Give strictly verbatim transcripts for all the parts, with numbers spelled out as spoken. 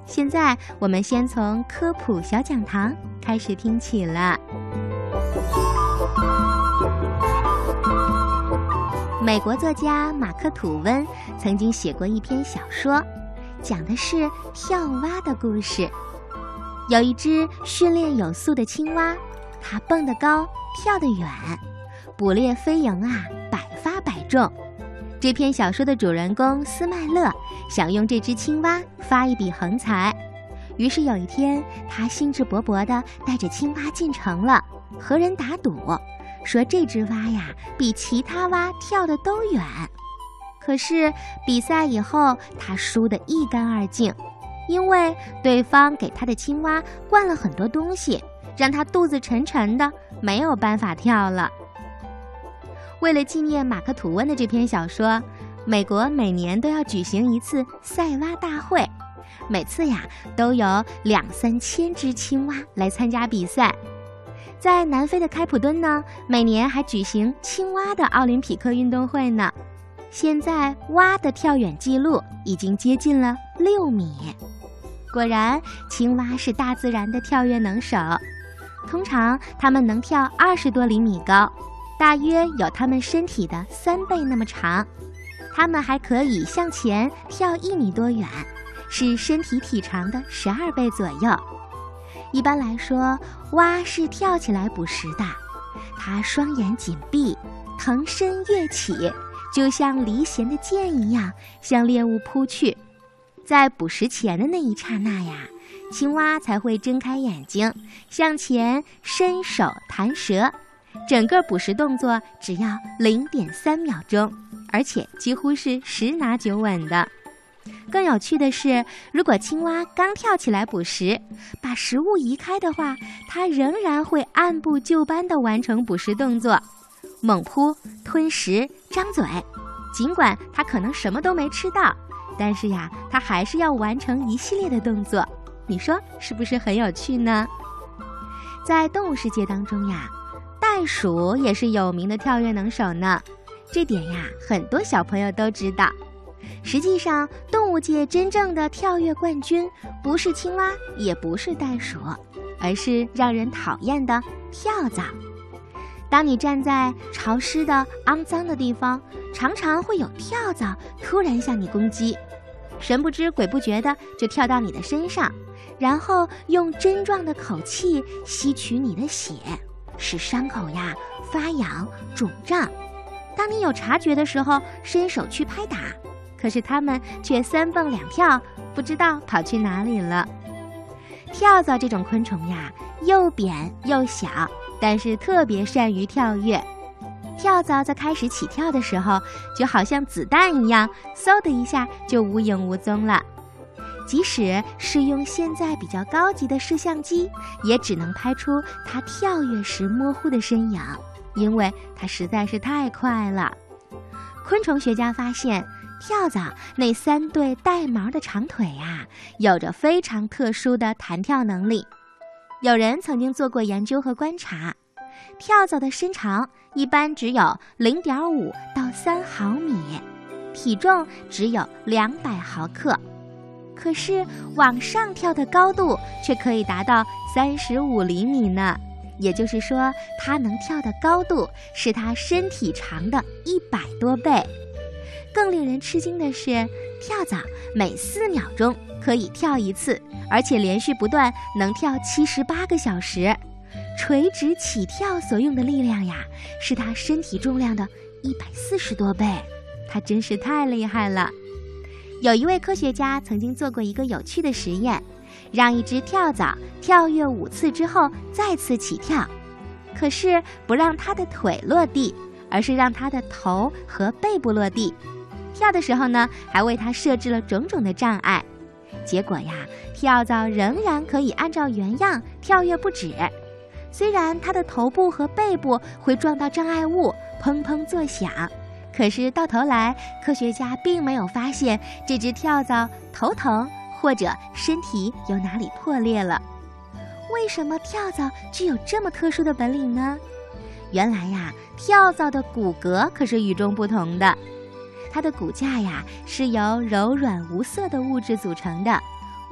现在我们先从科普小讲堂开始听起了。美国作家马克·吐温曾经写过一篇小说，讲的是跳蛙的故事。有一只训练有素的青蛙，它蹦得高，跳得远，捕猎飞蝇啊，百发百中。这篇小说的主人公斯麦勒想用这只青蛙发一笔横财，于是有一天，他兴致勃勃地带着青蛙进城了，和人打赌，说这只蛙呀比其他蛙跳得都远。可是比赛以后，他输得一干二净，因为对方给他的青蛙灌了很多东西，让他肚子沉沉的，没有办法跳了。为了纪念马克·吐温的这篇小说，美国每年都要举行一次赛蛙大会，每次呀都有两三千只青蛙来参加比赛。在南非的开普敦呢，每年还举行青蛙的奥林匹克运动会呢。现在蛙的跳远记录已经接近了六米。果然，青蛙是大自然的跳跃能手，通常它们能跳二十多厘米高，大约有它们身体的三倍那么长。它们还可以向前跳一米多远，是身体体长的十二倍左右。一般来说，蛙是跳起来捕食的，它双眼紧闭，腾身跃起，就像离弦的箭一样向猎物扑去。在捕食前的那一刹那呀，青蛙才会睁开眼睛，向前伸手弹舌。整个捕食动作只要零点三秒钟，而且几乎是十拿九稳的。更有趣的是，如果青蛙刚跳起来捕食，把食物移开的话，它仍然会按部就班地完成捕食动作，猛扑、吞食、张嘴。尽管它可能什么都没吃到，但是呀，它还是要完成一系列的动作。你说是不是很有趣呢？在动物世界当中呀，袋鼠也是有名的跳跃能手呢，这点呀，很多小朋友都知道。实际上，动物界真正的跳跃冠军不是青蛙，也不是袋鼠，而是让人讨厌的跳蚤。当你站在潮湿的、肮脏的地方，常常会有跳蚤突然向你攻击，神不知鬼不觉的就跳到你的身上，然后用针状的口气吸取你的血，使伤口呀发痒肿胀。当你有察觉的时候，伸手去拍打，可是它们却三蹦两跳，不知道跑去哪里了。跳蚤这种昆虫呀，又扁又小，但是特别善于跳跃。跳蚤在开始起跳的时候，就好像子弹一样，嗖的一下就无影无踪了。即使是用现在比较高级的摄像机，也只能拍出它跳跃时模糊的身影，因为它实在是太快了。昆虫学家发现，跳蚤那三对带毛的长腿啊，有着非常特殊的弹跳能力。有人曾经做过研究和观察，跳蚤的身长一般只有 零点五到三毫米，体重只有两百毫克。可是往上跳的高度却可以达到三十五厘米呢，也就是说，它能跳的高度是它身体长的一百多倍。更令人吃惊的是，跳蚤每四秒钟可以跳一次，而且连续不断，能跳七十八个小时。垂直起跳所用的力量呀，是它身体重量的一百四十多倍，它真是太厉害了。有一位科学家曾经做过一个有趣的实验，让一只跳蚤跳跃五次之后再次起跳，可是不让它的腿落地，而是让它的头和背部落地。跳的时候呢，还为它设置了种种的障碍。结果呀，跳蚤仍然可以按照原样跳跃不止。虽然它的头部和背部会撞到障碍物，砰砰作响，可是到头来，科学家并没有发现这只跳蚤头疼或者身体有哪里破裂了。为什么跳蚤具有这么特殊的本领呢？原来呀，跳蚤的骨骼可是与众不同的。它的骨架呀是由柔软无色的物质组成的，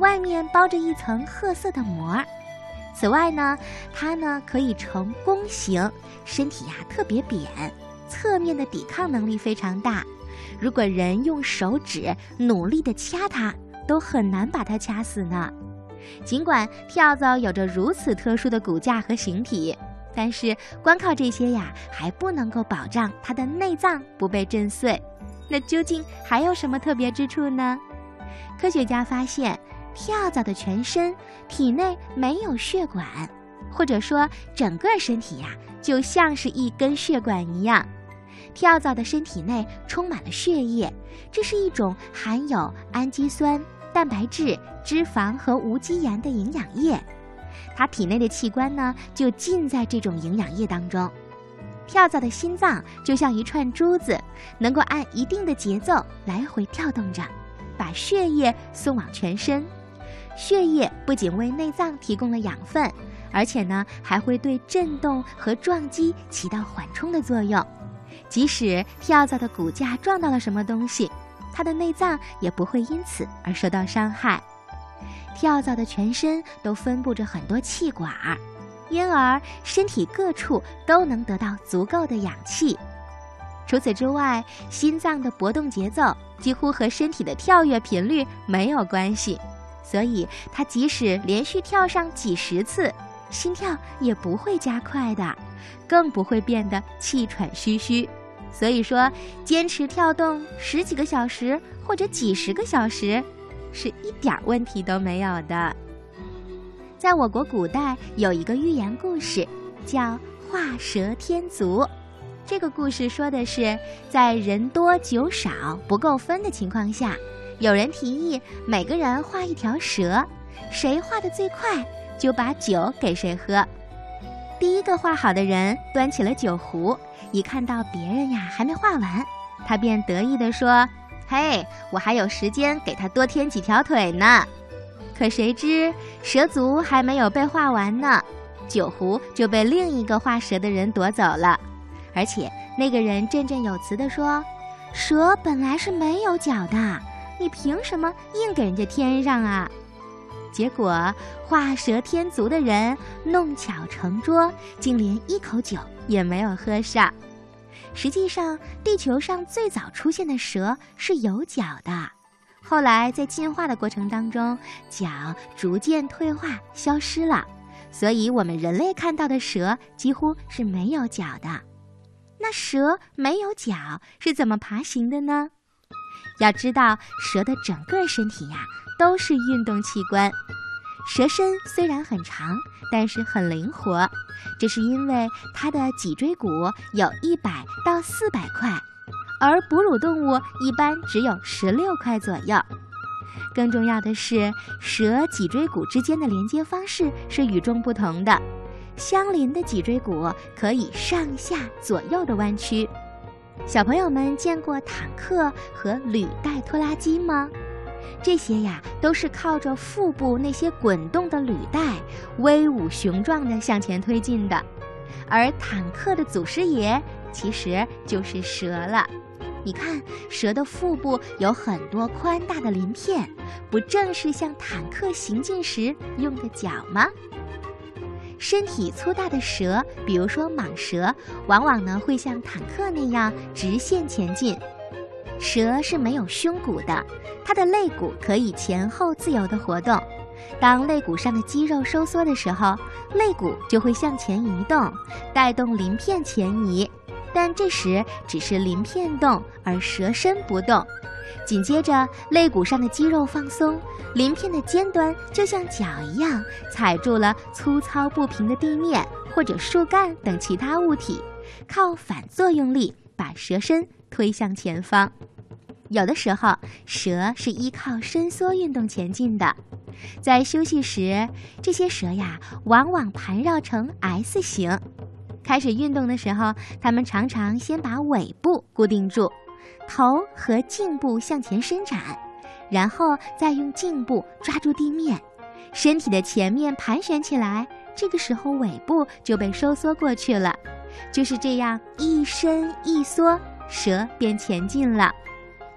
外面包着一层褐色的膜。此外呢，它呢可以呈弓形，身体呀特别扁，侧面的抵抗能力非常大。如果人用手指努力地掐它，都很难把它掐死呢。尽管跳蚤有着如此特殊的骨架和形体，但是光靠这些呀，还不能够保障它的内脏不被震碎。那究竟还有什么特别之处呢？科学家发现，跳蚤的全身体内没有血管，或者说整个身体呀，就像是一根血管一样。跳蚤的身体内充满了血液，这是一种含有氨基酸、蛋白质、脂肪和无机盐的营养液。它体内的器官呢，就浸在这种营养液当中。跳蚤的心脏就像一串珠子，能够按一定的节奏来回跳动着，把血液送往全身。血液不仅为内脏提供了养分，而且呢，还会对震动和撞击起到缓冲的作用。即使跳蚤的骨架撞到了什么东西，它的内脏也不会因此而受到伤害。跳蚤的全身都分布着很多气管，因而身体各处都能得到足够的氧气。除此之外，心脏的搏动节奏几乎和身体的跳跃频率没有关系，所以它即使连续跳上几十次，心跳也不会加快的，更不会变得气喘吁吁。所以说，坚持跳动十几个小时或者几十个小时，是一点问题都没有的。在我国古代有一个寓言故事，叫《画蛇添足》。这个故事说的是，在人多酒少不够分的情况下，有人提议每个人画一条蛇，谁画得最快，就把酒给谁喝。第一个画好的人端起了酒壶，一看到别人呀还没画完，他便得意地说：“嘿，我还有时间给他多添几条腿呢。”可谁知蛇足还没有被画完呢，酒壶就被另一个画蛇的人夺走了。而且那个人振振有词地说：“蛇本来是没有脚的，你凭什么硬给人家添上啊？”结果画蛇添足的人弄巧成拙，竟连一口酒也没有喝上。实际上，地球上最早出现的蛇是有脚的，后来在进化的过程当中，脚逐渐退化消失了，所以我们人类看到的蛇几乎是没有脚的。那蛇没有脚是怎么爬行的呢？要知道，蛇的整个身体呀，都是运动器官。蛇身虽然很长，但是很灵活，这是因为它的脊椎骨有一百到四百块，而哺乳动物一般只有十六块左右。更重要的是，蛇脊椎骨之间的连接方式是与众不同的，相邻的脊椎骨可以上下左右的弯曲。小朋友们见过坦克和履带拖拉机吗？这些呀，都是靠着腹部那些滚动的履带，威武雄壮地向前推进的。而坦克的祖师爷其实就是蛇了。你看，蛇的腹部有很多宽大的鳞片，不正是像坦克行进时用的脚吗？身体粗大的蛇，比如说蟒蛇，往往呢会像坦克那样直线前进。蛇是没有胸骨的，它的肋骨可以前后自由地活动。当肋骨上的肌肉收缩的时候，肋骨就会向前移动，带动鳞片前移。但这时只是鳞片动，而蛇身不动。紧接着，肋骨上的肌肉放松，鳞片的尖端就像脚一样踩住了粗糙不平的地面或者树干等其他物体，靠反作用力把蛇身推向前方。有的时候，蛇是依靠伸缩运动前进的。在休息时，这些蛇呀，往往盘绕成 S 型。开始运动的时候，它们常常先把尾部固定住，头和颈部向前伸展，然后再用颈部抓住地面，身体的前面盘旋起来，这个时候尾部就被收缩过去了。就是这样一伸一缩，蛇便前进了。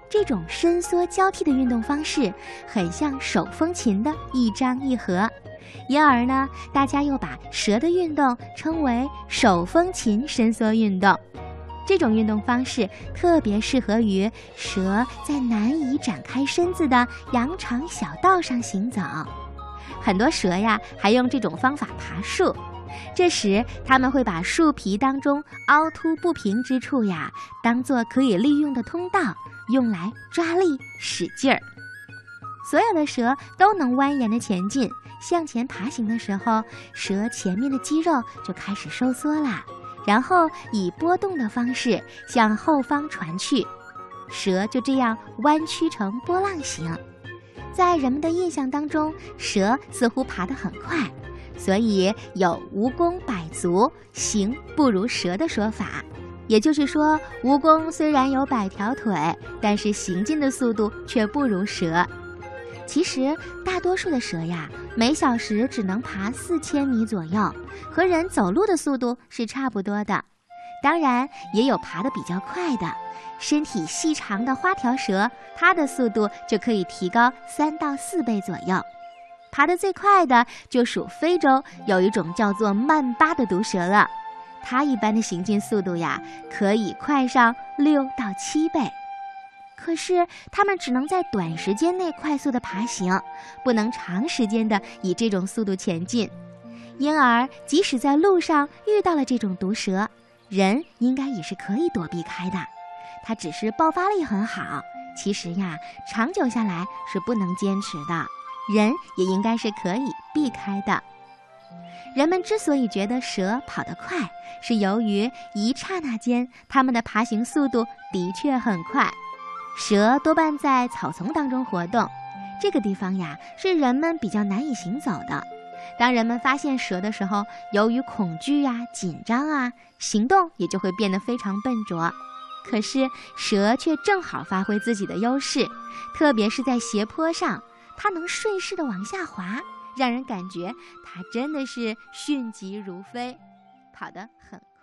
这种伸缩交替的运动方式很像手风琴的一张一合，因而呢，大家又把蛇的运动称为手风琴伸缩运动。这种运动方式特别适合于蛇在难以展开身子的羊肠小道上行走。很多蛇呀，还用这种方法爬树。这时，它们会把树皮当中凹凸不平之处呀，当作可以利用的通道，用来抓力使劲儿。所有的蛇都能蜿蜒地前进，向前爬行的时候，蛇前面的肌肉就开始收缩啦，然后以波动的方式向后方传去，蛇就这样弯曲成波浪形。在人们的印象当中，蛇似乎爬得很快，所以有蜈蚣百足，行不如蛇的说法。也就是说，蜈蚣虽然有百条腿，但是行进的速度却不如蛇。其实，大多数的蛇呀，每小时只能爬四千米左右，和人走路的速度是差不多的。当然，也有爬得比较快的，身体细长的花条蛇，它的速度就可以提高三到四倍左右。爬得最快的就属非洲有一种叫做曼巴的毒蛇了，它一般的行进速度呀，可以快上六到七倍。可是它们只能在短时间内快速的爬行，不能长时间的以这种速度前进。因而，即使在路上遇到了这种毒蛇，人应该也是可以躲避开的。它只是爆发力很好，其实呀，长久下来是不能坚持的。人也应该是可以避开的。人们之所以觉得蛇跑得快，是由于一刹那间它们的爬行速度的确很快。蛇多半在草丛当中活动，这个地方呀，是人们比较难以行走的。当人们发现蛇的时候，由于恐惧啊、紧张啊，行动也就会变得非常笨拙。可是蛇却正好发挥自己的优势，特别是在斜坡上，它能顺势地往下滑，让人感觉它真的是迅疾如飞，跑得很快。